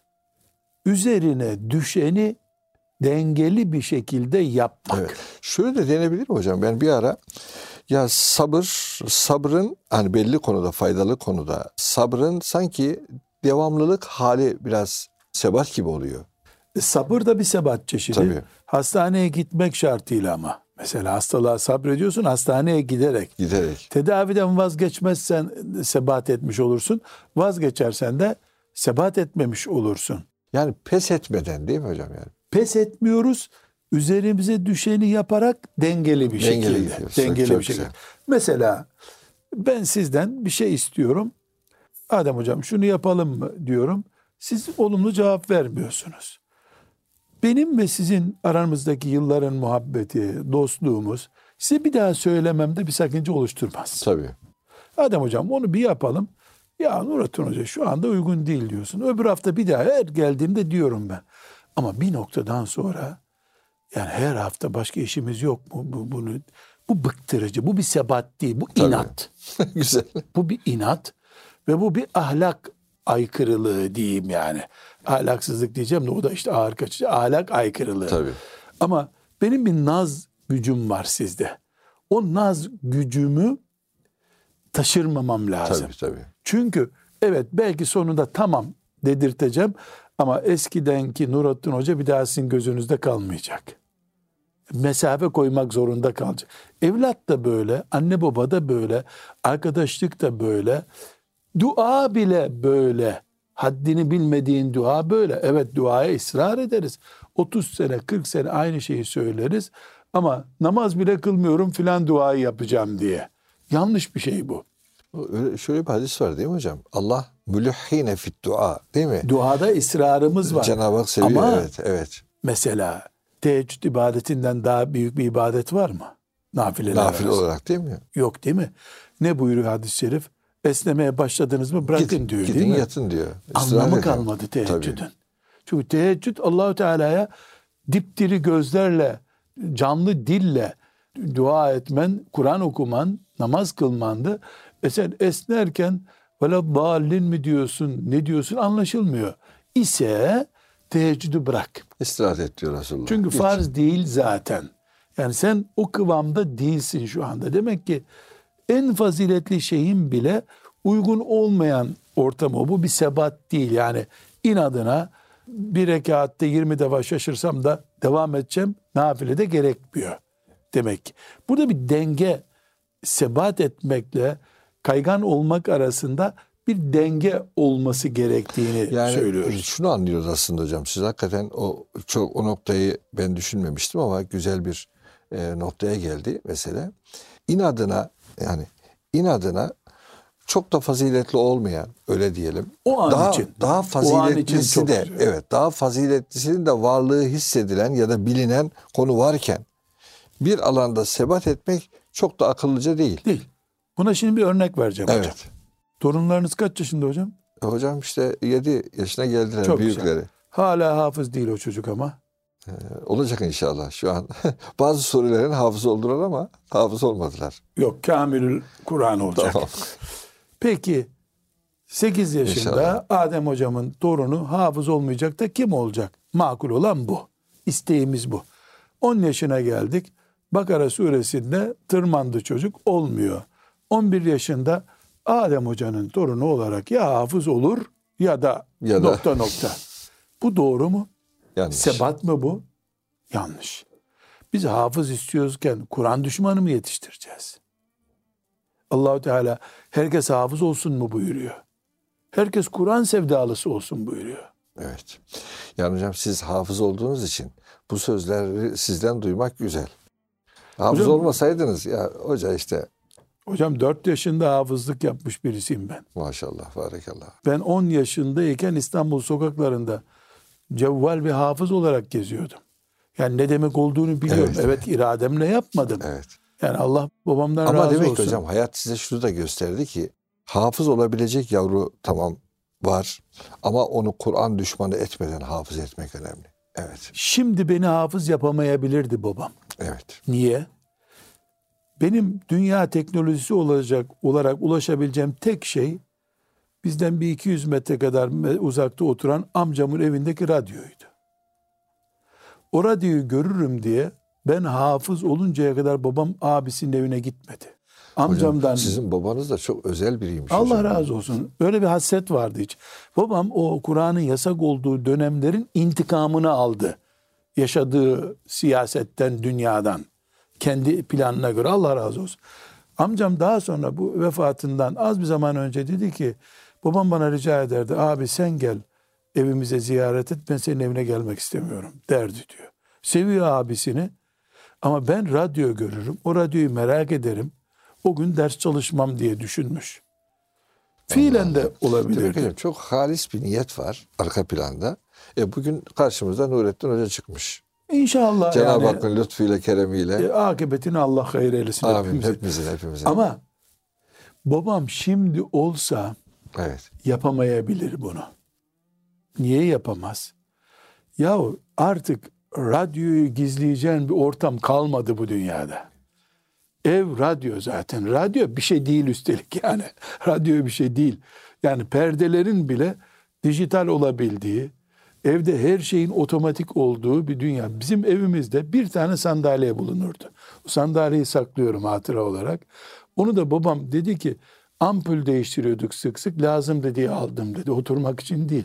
S2: üzerine düşeni dengeli bir şekilde yapmak.
S1: Evet. Şöyle de denebilir mi hocam? Ben bir ara ya sabır, sabrın hani belli konuda, faydalı konuda sabrın sanki devamlılık hali biraz sebat gibi oluyor.
S2: E, sabır da bir sebat çeşidi.
S1: Tabii.
S2: Hastaneye gitmek şartıyla ama. Mesela hastalığa sabrediyorsun hastaneye giderek.
S1: Giderek.
S2: Tedaviden vazgeçmezsen sebat etmiş olursun. Vazgeçersen de sebat etmemiş olursun.
S1: Yani pes etmeden değil mi hocam yani?
S2: Pes etmiyoruz. Üzerimize düşeni yaparak dengeli bir
S1: Dengeli
S2: şekilde.
S1: gidiyoruz.
S2: Dengeli
S1: Çok
S2: bir şekilde.
S1: güzel.
S2: Mesela ben sizden bir şey istiyorum. Adem hocam şunu yapalım mı diyorum. Siz olumlu cevap vermiyorsunuz. Benim ve sizin aramızdaki yılların muhabbeti, dostluğumuz size bir daha söylememde bir sakınca oluşturmaz.
S1: Tabii.
S2: Adem hocam onu bir yapalım. Ya Nurattin Hoca şu anda uygun değil diyorsun. Öbür hafta bir daha her geldiğimde diyorum ben. Ama bir noktadan sonra yani her hafta başka işimiz yok mu? Bu, bunu, bu bıktırıcı, bu bir sebat değil, bu
S1: Tabii.
S2: inat.
S1: Güzel.
S2: Bu bir inat ve bu bir ahlak aykırılığı diyeyim yani. Ahlaksızlık diyeceğim de o da işte ağır kaçıcı. Ahlak aykırılığı.
S1: Tabii.
S2: Ama benim bir naz gücüm var sizde. O naz gücümü taşırmamam lazım.
S1: Tabii tabii.
S2: Çünkü evet belki sonunda tamam dedirteceğim ama eskidenki Nurattin Hoca bir daha sizin gözünüzde kalmayacak. Mesafe koymak zorunda kalacak. Evlat da böyle, anne baba da böyle, arkadaşlık da böyle, dua bile böyle. Haddini bilmediğin dua böyle. Evet duaya ısrar ederiz. otuz sene, kırk sene aynı şeyi söyleriz ama namaz bile kılmıyorum filan duayı yapacağım diye. Yanlış bir şey bu.
S1: Öyle, şöyle bir hadis var değil mi hocam? Allah mülhine fit dua değil mi?
S2: Duada ısrarımız var.
S1: Cenab-ı Hak seviyor.
S2: Ama
S1: evet, evet.
S2: mesela teheccüd ibadetinden daha büyük bir ibadet var mı? Nafileler
S1: Nafile
S2: arasında.
S1: olarak değil mi?
S2: Yok değil mi? Ne buyuruyor hadis-i şerif? Esnemeye başladınız mı bırakın
S1: Gidin,
S2: diyor
S1: gidin
S2: değil mi?
S1: yatın diyor. İstirahat
S2: Anlamı
S1: edin.
S2: kalmadı teheccüdün.
S1: Tabii.
S2: Çünkü teheccüd Allahu Teala'ya dipdiri gözlerle, canlı dille dua etmen, Kur'an okuman, namaz kılmandı. E sen esnerken vela dallin mi diyorsun, ne diyorsun anlaşılmıyor. İse teheccüdü bırak.
S1: İstirahat et diyor Resulullah.
S2: Çünkü
S1: Git.
S2: farz değil zaten. Yani sen o kıvamda değilsin şu anda. Demek ki en faziletli şeyin bile uygun olmayan ortam o. Bu bir sebat değil. Yani inadına bir rekatte yirmi defa şaşırsam da devam edeceğim. Nafile de gerekmiyor demek ki. Burada bir denge, sebat etmekle kaygan olmak arasında bir denge olması gerektiğini
S1: yani
S2: söylüyoruz.
S1: Şunu anlıyoruz aslında hocam. Siz hakikaten o çok o noktayı ben düşünmemiştim ama güzel bir e, noktaya geldi mesele. İnadına yani inadına çok da faziletli olmayan öyle diyelim.
S2: O an
S1: daha,
S2: için.
S1: Daha
S2: O an
S1: faziletlisi
S2: için çok
S1: de
S2: güzel.
S1: evet daha faziletlisinin de varlığı hissedilen ya da bilinen konu varken bir alanda sebat etmek çok da akıllıca değil.
S2: Değil. Buna şimdi bir örnek vereceğim hocam.
S1: Evet.
S2: Torunlarınız kaç yaşında hocam?
S1: E, hocam işte yedi yaşına geldiler
S2: Çok
S1: büyükleri.
S2: güzel. Hala hafız değil o çocuk ama.
S1: Ee, olacak inşallah şu an. Bazı soruların hafız oldular ama hafız olmadılar.
S2: Yok Kamilül Kur'an olacak.
S1: Tamam.
S2: Peki sekiz yaşında
S1: İnşallah.
S2: Adem hocamın torunu hafız olmayacak da kim olacak? Makul olan bu. İsteğimiz bu. on yaşına geldik. Bakara suresinde tırmandı çocuk olmuyor. on bir yaşında Adem hocanın torunu olarak ya hafız olur ya da,
S1: Ya da-
S2: nokta nokta. Bu doğru mu?
S1: Yanlış.
S2: Sebat mı bu? Yanlış. Biz hafız istiyoruzken Kur'an düşmanı mı yetiştireceğiz? Allahu Teala herkes hafız olsun mu buyuruyor? Herkes Kur'an sevdalısı olsun buyuruyor.
S1: Evet. Yani hocam siz hafız olduğunuz için bu sözleri sizden duymak güzel. Hafız
S2: Hocam-
S1: olmasaydınız ya hoca işte
S2: Hocam dört yaşında hafızlık yapmış birisiyim ben.
S1: maşallah barakallah.
S2: Ben on yaşındayken İstanbul sokaklarında cevval bir hafız olarak geziyordum. Yani ne demek olduğunu biliyorum.
S1: Evet.
S2: Evet, irademle yapmadım.
S1: Evet.
S2: Yani Allah babamdan
S1: Ama
S2: razı
S1: demek
S2: olsun.
S1: ki hocam hayat size şunu da gösterdi ki hafız olabilecek yavru tamam var ama onu Kur'an düşmanı etmeden hafız etmek önemli. Evet.
S2: Şimdi beni hafız yapamayabilirdi babam.
S1: Evet.
S2: Niye? Benim dünya teknolojisi olacak olarak ulaşabileceğim tek şey bizden bir iki yüz metre kadar uzakta oturan amcamın evindeki radyoydu. O radyoyu görürüm diye ben hafız oluncaya kadar babam abisinin evine gitmedi. Amcamdan.
S1: Hocam, sizin babanız da çok özel biriymiş.
S2: Allah
S1: hocam.
S2: razı olsun. Öyle bir hasret vardı hiç. Babam o Kur'an'ın yasak olduğu dönemlerin intikamını aldı. Yaşadığı siyasetten, dünyadan. Kendi planına göre, Allah razı olsun. Amcam daha sonra bu vefatından az bir zaman önce dedi ki, babam bana rica ederdi, abi sen gel evimize ziyaret et, ben senin evine gelmek istemiyorum derdi diyor. Seviyor abisini ama ben radyo görürüm, o radyoyu merak ederim, o gün ders çalışmam diye düşünmüş. Fiilen de olabilir.
S1: Hocam, çok halis bir niyet var arka planda. E bugün karşımıza Nurettin Hoca çıkmış.
S2: İnşallah
S1: Cenab-ı
S2: yani,
S1: Hakk'ın lütfuyla, keremiyle.
S2: E, akıbetini Allah hayır eylesin.
S1: Amin.
S2: Hepimizin.
S1: Hepimizin, hepimizin.
S2: Ama babam şimdi olsa
S1: evet.
S2: yapamayabilir bunu. Niye yapamaz? Yahu artık radyoyu gizleyeceğin bir ortam kalmadı bu dünyada. Ev radyo zaten. Radyo bir şey değil üstelik yani. Radyo bir şey değil. Yani perdelerin bile dijital olabildiği, evde her şeyin otomatik olduğu bir dünya. Bizim evimizde bir tane sandalye bulunurdu. O sandalyeyi saklıyorum hatıra olarak. Onu da babam dedi ki ampul değiştiriyorduk sık sık, lazım diye aldım dedi. Oturmak için değil.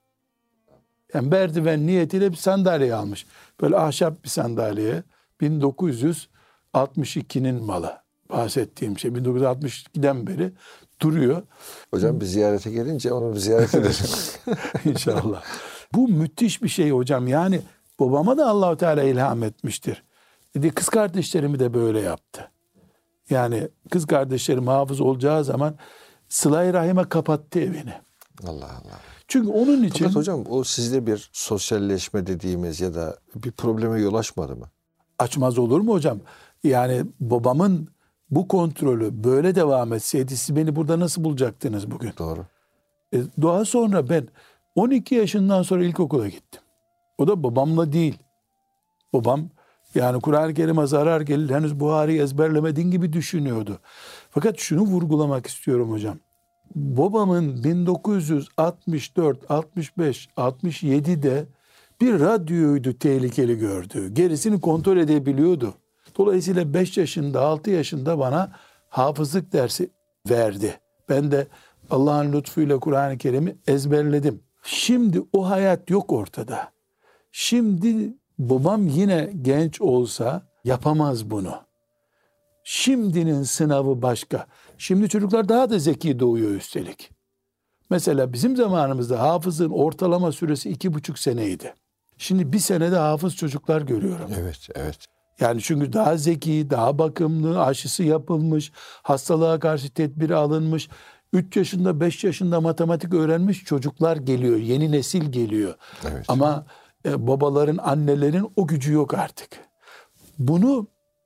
S2: Yani merdiven niyetiyle bir sandalye almış. Böyle ahşap bir sandalye. bin dokuz yüz altmış ikinin malı. Bahsettiğim şey bin dokuz yüz altmış ikiden beri duruyor.
S1: Hocam bir ziyarete gelince onu bir ziyaret edelim.
S2: İnşallah. Bu müthiş bir şey hocam. Yani babama da Allah-u Teala ilham etmiştir. Dedi, kız kardeşlerimi de böyle yaptı. Yani kız kardeşlerim hafız olacağı zaman sıla-i rahime kapattı evini.
S1: Allah Allah.
S2: Çünkü onun için...
S1: Fakat hocam o sizde bir sosyalleşme dediğimiz ya da bir probleme yol açmadı mı?
S2: Açmaz olur mu hocam? Yani babamın bu kontrolü böyle devam etseydi siz beni burada nasıl bulacaktınız bugün?
S1: Doğru.
S2: E, daha sonra ben on iki yaşından sonra ilkokula gittim. O da babamla değil. Babam yani Kur'an-ı Kerim'e zarar gelir, henüz Buhari'yi ezberlemediğin gibi düşünüyordu. Fakat şunu vurgulamak istiyorum hocam. Babamın bin dokuz yüz altmış dört, altmış beş, altmış yedi'de bir radyoydu tehlikeli gördüğü. Gerisini kontrol edebiliyordu. Dolayısıyla beş yaşında, altı yaşında bana hafızlık dersi verdi. Ben de Allah'ın lütfuyla Kur'an-ı Kerim'i ezberledim. Şimdi o hayat yok ortada. Şimdi babam yine genç olsa yapamaz bunu. Şimdinin sınavı başka. Şimdi çocuklar daha da zeki doğuyor üstelik. Mesela bizim zamanımızda hafızın ortalama süresi iki buçuk seneydi. Şimdi bir senede hafız çocuklar görüyorum.
S1: Evet, evet.
S2: Yani çünkü daha zeki, daha bakımlı, aşısı yapılmış, hastalığa karşı tedbiri alınmış. üç yaşında, beş yaşında matematik öğrenmiş çocuklar geliyor. Yeni nesil geliyor.
S1: Evet.
S2: Ama e, babaların, annelerin o gücü yok artık. Bunu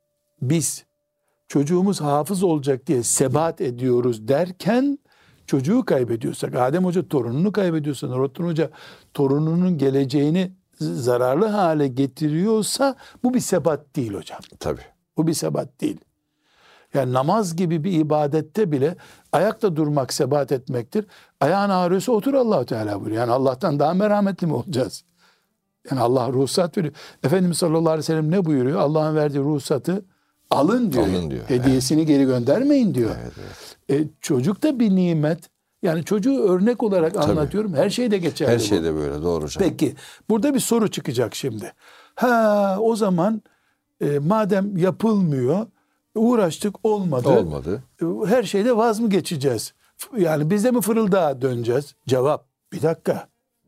S2: biz çocuğumuz hafız olacak diye sebat ediyoruz derken çocuğu kaybediyorsak, Adem Hoca torununu kaybediyorsa, Nurettin Hoca torununun geleceğini zararlı hale getiriyorsa bu bir sebat değil hocam.
S1: Tabii.
S2: Bu bir sebat değil. Yani namaz gibi bir ibadette bile ayakta durmak sebat etmektir. Ayağın ağrıyorsa otur, Allah-u Teala buyuruyor. Yani Allah'tan daha merhametli mi olacağız? Yani Allah ruhsat veriyor. Efendimiz sallallahu aleyhi ve sellem ne buyuruyor? Allah'ın verdiği ruhsatı alın diyor.
S1: Alın diyor.
S2: Hediyesini evet. geri göndermeyin diyor.
S1: Evet, evet.
S2: E, çocuk da bir nimet. Yani çocuğu örnek olarak
S1: Tabii.
S2: anlatıyorum. Her şeyde geçerli.
S1: Her
S2: bu.
S1: şeyde böyle, doğru hocam.
S2: Peki burada bir soru çıkacak şimdi. Ha o zaman e, madem yapılmıyor, uğraştık olmadı.
S1: Olmadı.
S2: E, her şeyde vaz mı geçeceğiz? Yani biz de mi fırıldağa döneceğiz? Cevap, bir dakika.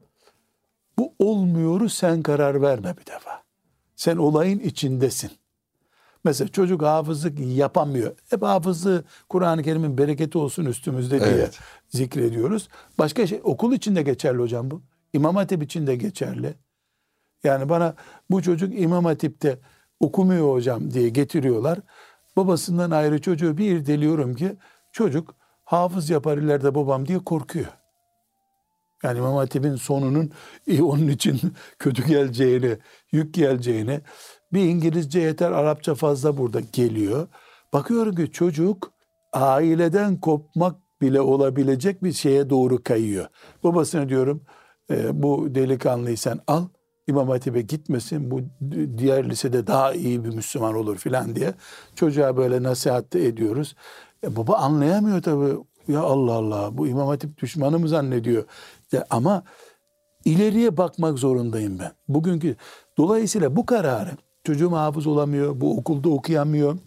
S2: Bu olmuyoru sen karar verme bir defa. Sen olayın içindesin. Mesela çocuk hafızlık yapamıyor. Hep hafızlığı Kur'an-ı Kerim'in bereketi olsun üstümüzde diye
S1: Evet.
S2: zikrediyoruz. Başka şey, okul için de geçerli hocam bu. İmam Hatip için de geçerli. Yani bana bu çocuk İmam Hatip'te okumuyor hocam diye getiriyorlar. Babasından ayrı çocuğu bir irdeliyorum ki çocuk hafız yapar ileride babam diye korkuyor. Yani İmam Hatip'in sonunun e, onun için kötü geleceğini, yük geleceğini, bir İngilizce yeter, Arapça fazla burada geliyor. Bakıyorum ki çocuk aileden kopmak bile olabilecek bir şeye doğru kayıyor. Babasına diyorum e, bu delikanlıyı sen al, İmam Hatip'e gitmesin, bu diğer lisede daha iyi bir Müslüman olur filan diye çocuğa böyle nasihat ediyoruz. E, baba anlayamıyor tabii. Ya Allah Allah, bu İmam Hatip düşmanı mı zannediyor? Ya ama ileriye bakmak zorundayım ben. Bugünkü dolayısıyla bu kararı çocuğum hafız olamıyor, bu okulda okuyamıyor.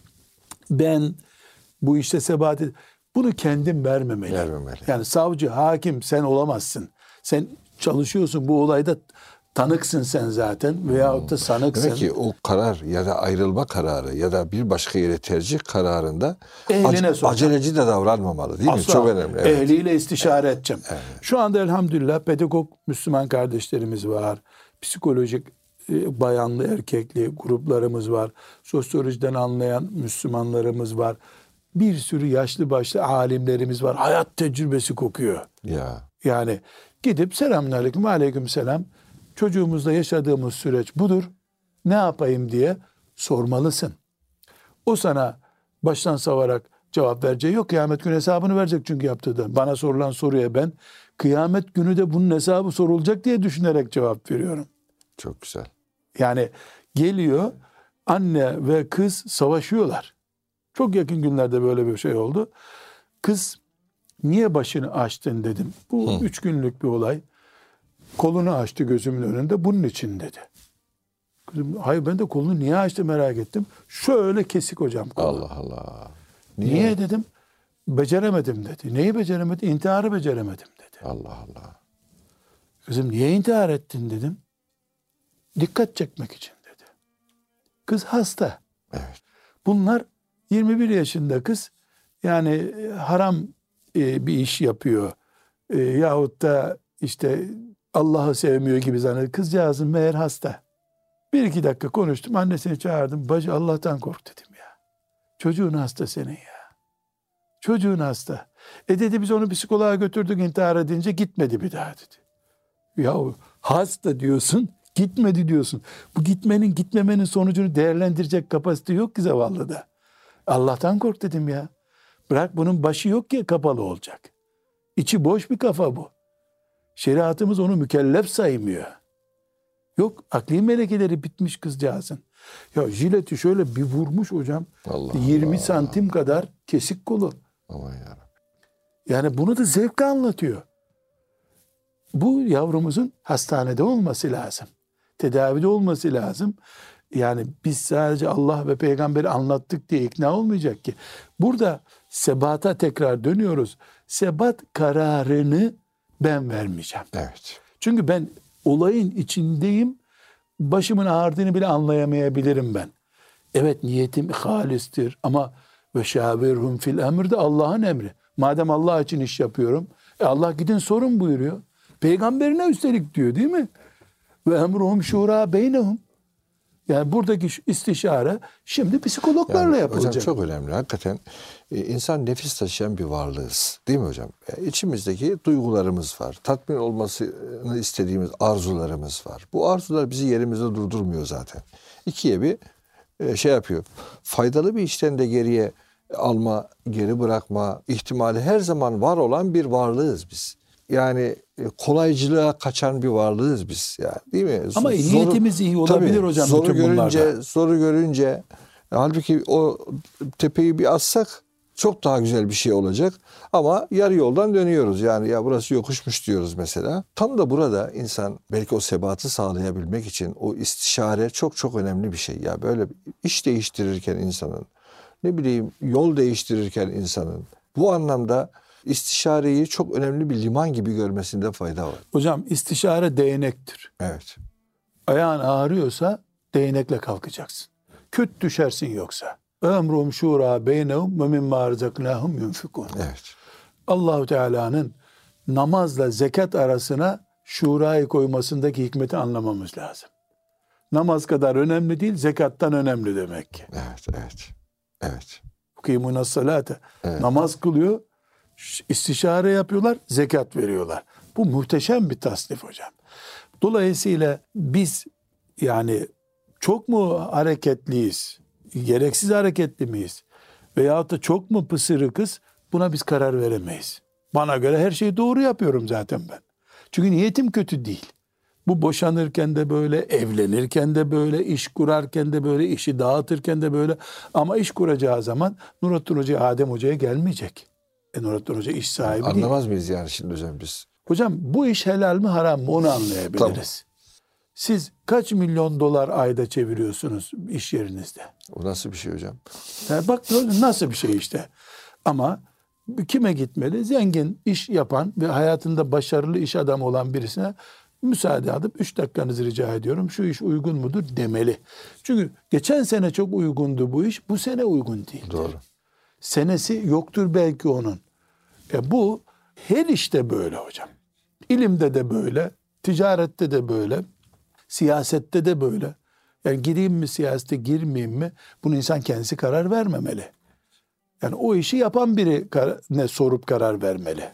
S2: Ben bu işte sebat ed- bunu kendim vermemeli.
S1: Vermemeli.
S2: Yani savcı, hakim sen olamazsın. Sen çalışıyorsun bu olayda, tanıksın sen zaten veyahut da sanıksın.
S1: Demek ki o karar ya da ayrılma kararı ya da bir başka yere tercih kararında
S2: Ehline
S1: ac- aceleci de davranmamalı değil
S2: Asla.
S1: mi? Çok önemli. Evet.
S2: Ehliyle istişare evet. edeceğim.
S1: Evet.
S2: Şu anda elhamdülillah pedagog Müslüman kardeşlerimiz var. Psikolojik e, bayanlı erkekli gruplarımız var. Sosyolojiden anlayan Müslümanlarımız var. Bir sürü yaşlı başlı alimlerimiz var. Hayat tecrübesi kokuyor.
S1: Ya.
S2: Yani gidip selamünaleyküm ve aleykümselam, çocuğumuzla yaşadığımız süreç budur, ne yapayım diye sormalısın. O sana baştan savarak cevap vereceği yok. Kıyamet günü hesabını verecek çünkü yaptığından. Bana sorulan soruya ben kıyamet günü de bunun hesabı sorulacak diye düşünerek cevap veriyorum.
S1: Çok güzel.
S2: Yani geliyor, anne ve kız savaşıyorlar. Çok yakın günlerde böyle bir şey oldu. Kız niye başını açtın dedim. Bu Hı. üç günlük bir olay. Kolunu açtı gözümün önünde, bunun için dedi. Kızım, hayır ben de kolunu niye açtı merak ettim. Şöyle kesik hocam kolu.
S1: Allah Allah. Niye?
S2: Niye dedim? Beceremedim dedi. Neyi beceremedi? İntiharı beceremedim dedi.
S1: Allah Allah.
S2: Kızım niye intihar ettin dedim. Dikkat çekmek için dedi. Kız hasta.
S1: Evet.
S2: Bunlar yirmi bir yaşında kız, yani haram e, bir iş yapıyor. E, yahut da işte Allah'ı sevmiyor gibi zannediyor. Kızcağızın meğer hasta. Bir iki dakika konuştum. Annesini çağırdım. Bacı Allah'tan kork dedim ya. Çocuğun hasta senin ya. Çocuğun hasta. E dedi biz onu psikoloğa götürdük intihar edince gitmedi bir daha dedi. Yahu hasta diyorsun, gitmedi diyorsun. Bu gitmenin gitmemenin sonucunu değerlendirecek kapasite yok ki zavallıda. Allah'tan kork dedim ya. Bırak bunun başı yok ki kapalı olacak. İçi boş bir kafa bu. Şeriatımız onu mükellef saymıyor. Yok, akli melekeleri bitmiş kızcağızın. Ya jileti şöyle bir vurmuş hocam.
S1: Allah
S2: yirmi
S1: Allah.
S2: santim kadar kesik kolu.
S1: Aman yarabbim.
S2: Yani bunu da zevkle anlatıyor. Bu yavrumuzun hastanede olması lazım. Tedavide olması lazım. Yani biz sadece Allah ve peygamberi anlattık diye ikna olmayacak ki. Burada sebata tekrar dönüyoruz. Sebat kararını ben vermeyeceğim.
S1: Evet.
S2: Çünkü ben olayın içindeyim. Başımın ağrıdığını bile anlayamayabilirim ben. Evet niyetim halistir ama ve şavirhum fil emr de Allah'ın emri. Madem Allah için iş yapıyorum, e Allah gidin sorun buyuruyor. Peygamberine üstelik diyor değil mi? Ve emruhum şura beynehum. Yani buradaki istişare şimdi psikologlarla
S1: Yani
S2: yapılacak.
S1: hocam çok önemli. Hakikaten e, insan nefis taşıyan bir varlığız. Değil mi hocam? E, içimizdeki duygularımız var. Tatmin olmasını istediğimiz arzularımız var. Bu arzular bizi yerimizde durdurmuyor zaten. İkiye bir e, şey yapıyor. Faydalı bir işten de geriye alma, geri bırakma ihtimali her zaman var olan bir varlığız biz. Yani kolaycılığa kaçan bir varlığız biz ya, değil mi?
S2: Ama
S1: Zoru,
S2: niyetimiz iyi olabilir
S1: tabii,
S2: hocam
S1: zoru
S2: bütün
S1: görünce,
S2: bunlarda.
S1: zoru görünce halbuki o tepeyi bir atsak çok daha güzel bir şey olacak. Ama yarı yoldan dönüyoruz. Yani ya burası yokuşmuş diyoruz mesela. Tam da burada insan belki o sebatı sağlayabilmek için o istişare çok çok önemli bir şey. Ya böyle iş değiştirirken insanın, ne bileyim yol değiştirirken insanın bu anlamda istişareyi çok önemli bir liman gibi görmesinde fayda var.
S2: Hocam istişare değnektir.
S1: Evet.
S2: Ayağın ağrıyorsa değnekle kalkacaksın. Küt düşersin yoksa. Emrum şura beynehum ve mimma rızaknahum yunfikun.
S1: Evet.
S2: Allahu Teala'nın namazla zekat arasına şurayı koymasındaki hikmeti anlamamız lazım. Namaz kadar önemli değil, zekattan önemli demek ki.
S1: Evet, evet. Evet.
S2: Kıymunas salate.
S1: Evet.
S2: Namaz kılıyor, istişare yapıyorlar, zekat veriyorlar. Bu muhteşem bir tasnif hocam. Dolayısıyla biz yani çok mu hareketliyiz, gereksiz hareketli miyiz veyahut da çok mu pısırıkız, buna biz karar veremeyiz. Bana göre her şeyi doğru yapıyorum zaten ben. Çünkü niyetim kötü değil. Bu boşanırken de böyle, evlenirken de böyle, iş kurarken de böyle, işi dağıtırken de böyle. Ama iş kuracağı zaman Nurattin Hoca, Adem Hoca'ya gelmeyecek. E Nurattin Hoca iş sahibi değil.
S1: Anlamaz mıyız yani şimdi hocam biz?
S2: Hocam bu iş helal mi haram mı onu anlayabiliriz.
S1: Tamam.
S2: Siz kaç milyon dolar ayda çeviriyorsunuz iş yerinizde?
S1: O nasıl bir şey hocam?
S2: Yani bak nasıl bir şey işte. Ama kime gitmeli? Zengin iş yapan ve hayatında başarılı iş adamı olan birisine müsaade alıp üç dakikanızı rica ediyorum, şu iş uygun mudur demeli. Çünkü geçen sene çok uygundu bu iş, bu sene uygun değil.
S1: Doğru.
S2: Senesi yoktur belki onun. E bu her işte böyle hocam. İlimde de böyle, ticarette de böyle, siyasette de böyle. Yani gireyim mi siyasete, girmeyeyim mi? Bunu insan kendisi karar vermemeli. Yani o işi yapan biri ne sorup karar vermeli.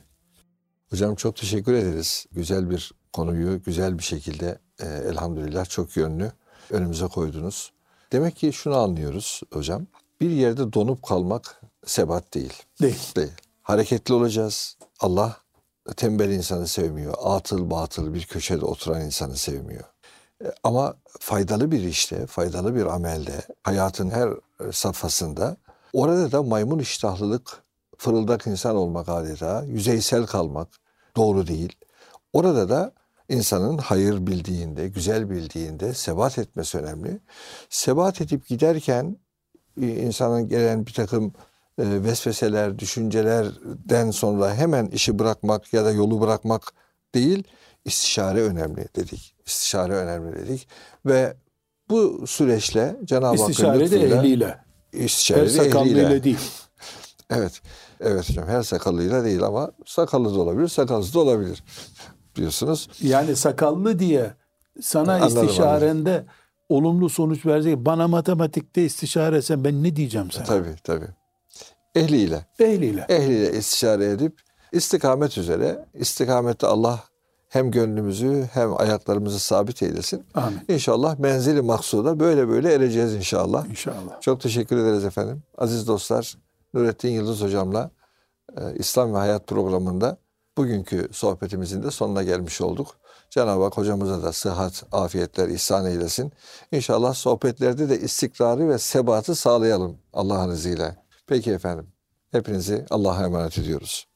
S1: Hocam çok teşekkür ederiz. Güzel bir konuyu güzel bir şekilde e, elhamdülillah çok yönlü önümüze koydunuz. Demek ki şunu anlıyoruz hocam. Bir yerde donup kalmak sebat değil.
S2: Değil.
S1: Değil. Hareketli olacağız. Allah tembel insanı sevmiyor. Atıl batıl bir köşede oturan insanı sevmiyor. E, ama faydalı bir işte, faydalı bir amelde, hayatın her safhasında orada da maymun iştahlılık, fırıldak insan olmak adeta, yüzeysel kalmak doğru değil. Orada da insanın hayır bildiğinde, güzel bildiğinde sebat etmesi önemli. Sebat edip giderken insanın gelen bir takım e, vesveseler, düşüncelerden sonra hemen işi bırakmak ya da yolu bırakmak değil, istişare önemli dedik. İstişare önemli dedik ve bu süreçle Cenab-ı Hakk'ın
S2: İstişare de ehliyle.
S1: İstişare
S2: Her
S1: de
S2: sakallıyla
S1: ehliyle.
S2: değil.
S1: Evet. Evet hocam, her sakallıyla değil ama sakallı da olabilir, sakalsız da olabilir diyorsunuz.
S2: Yani sakallı diye sana
S1: Anladım,
S2: istişarende
S1: anladım.
S2: olumlu sonuç verecek. Bana matematikte istişare etsen ben ne diyeceğim sana?
S1: Tabii tabii. Ehliyle.
S2: Ehliyle.
S1: Ehliyle istişare edip istikamet üzere, istikamette Allah hem gönlümüzü hem ayaklarımızı sabit eylesin.
S2: Amin.
S1: İnşallah menzili maksuda böyle böyle ereceğiz inşallah.
S2: İnşallah.
S1: Çok teşekkür ederiz efendim. Aziz dostlar, Nurettin Yıldız hocamla e, İslam ve Hayat programında bugünkü sohbetimizin de sonuna gelmiş olduk. Cenab-ı Hak hocamıza da sıhhat, afiyetler ihsan eylesin. İnşallah sohbetlerde de istikrarı ve sebatı sağlayalım Allah'ın izniyle. Peki efendim. Hepinizi Allah'a emanet ediyoruz.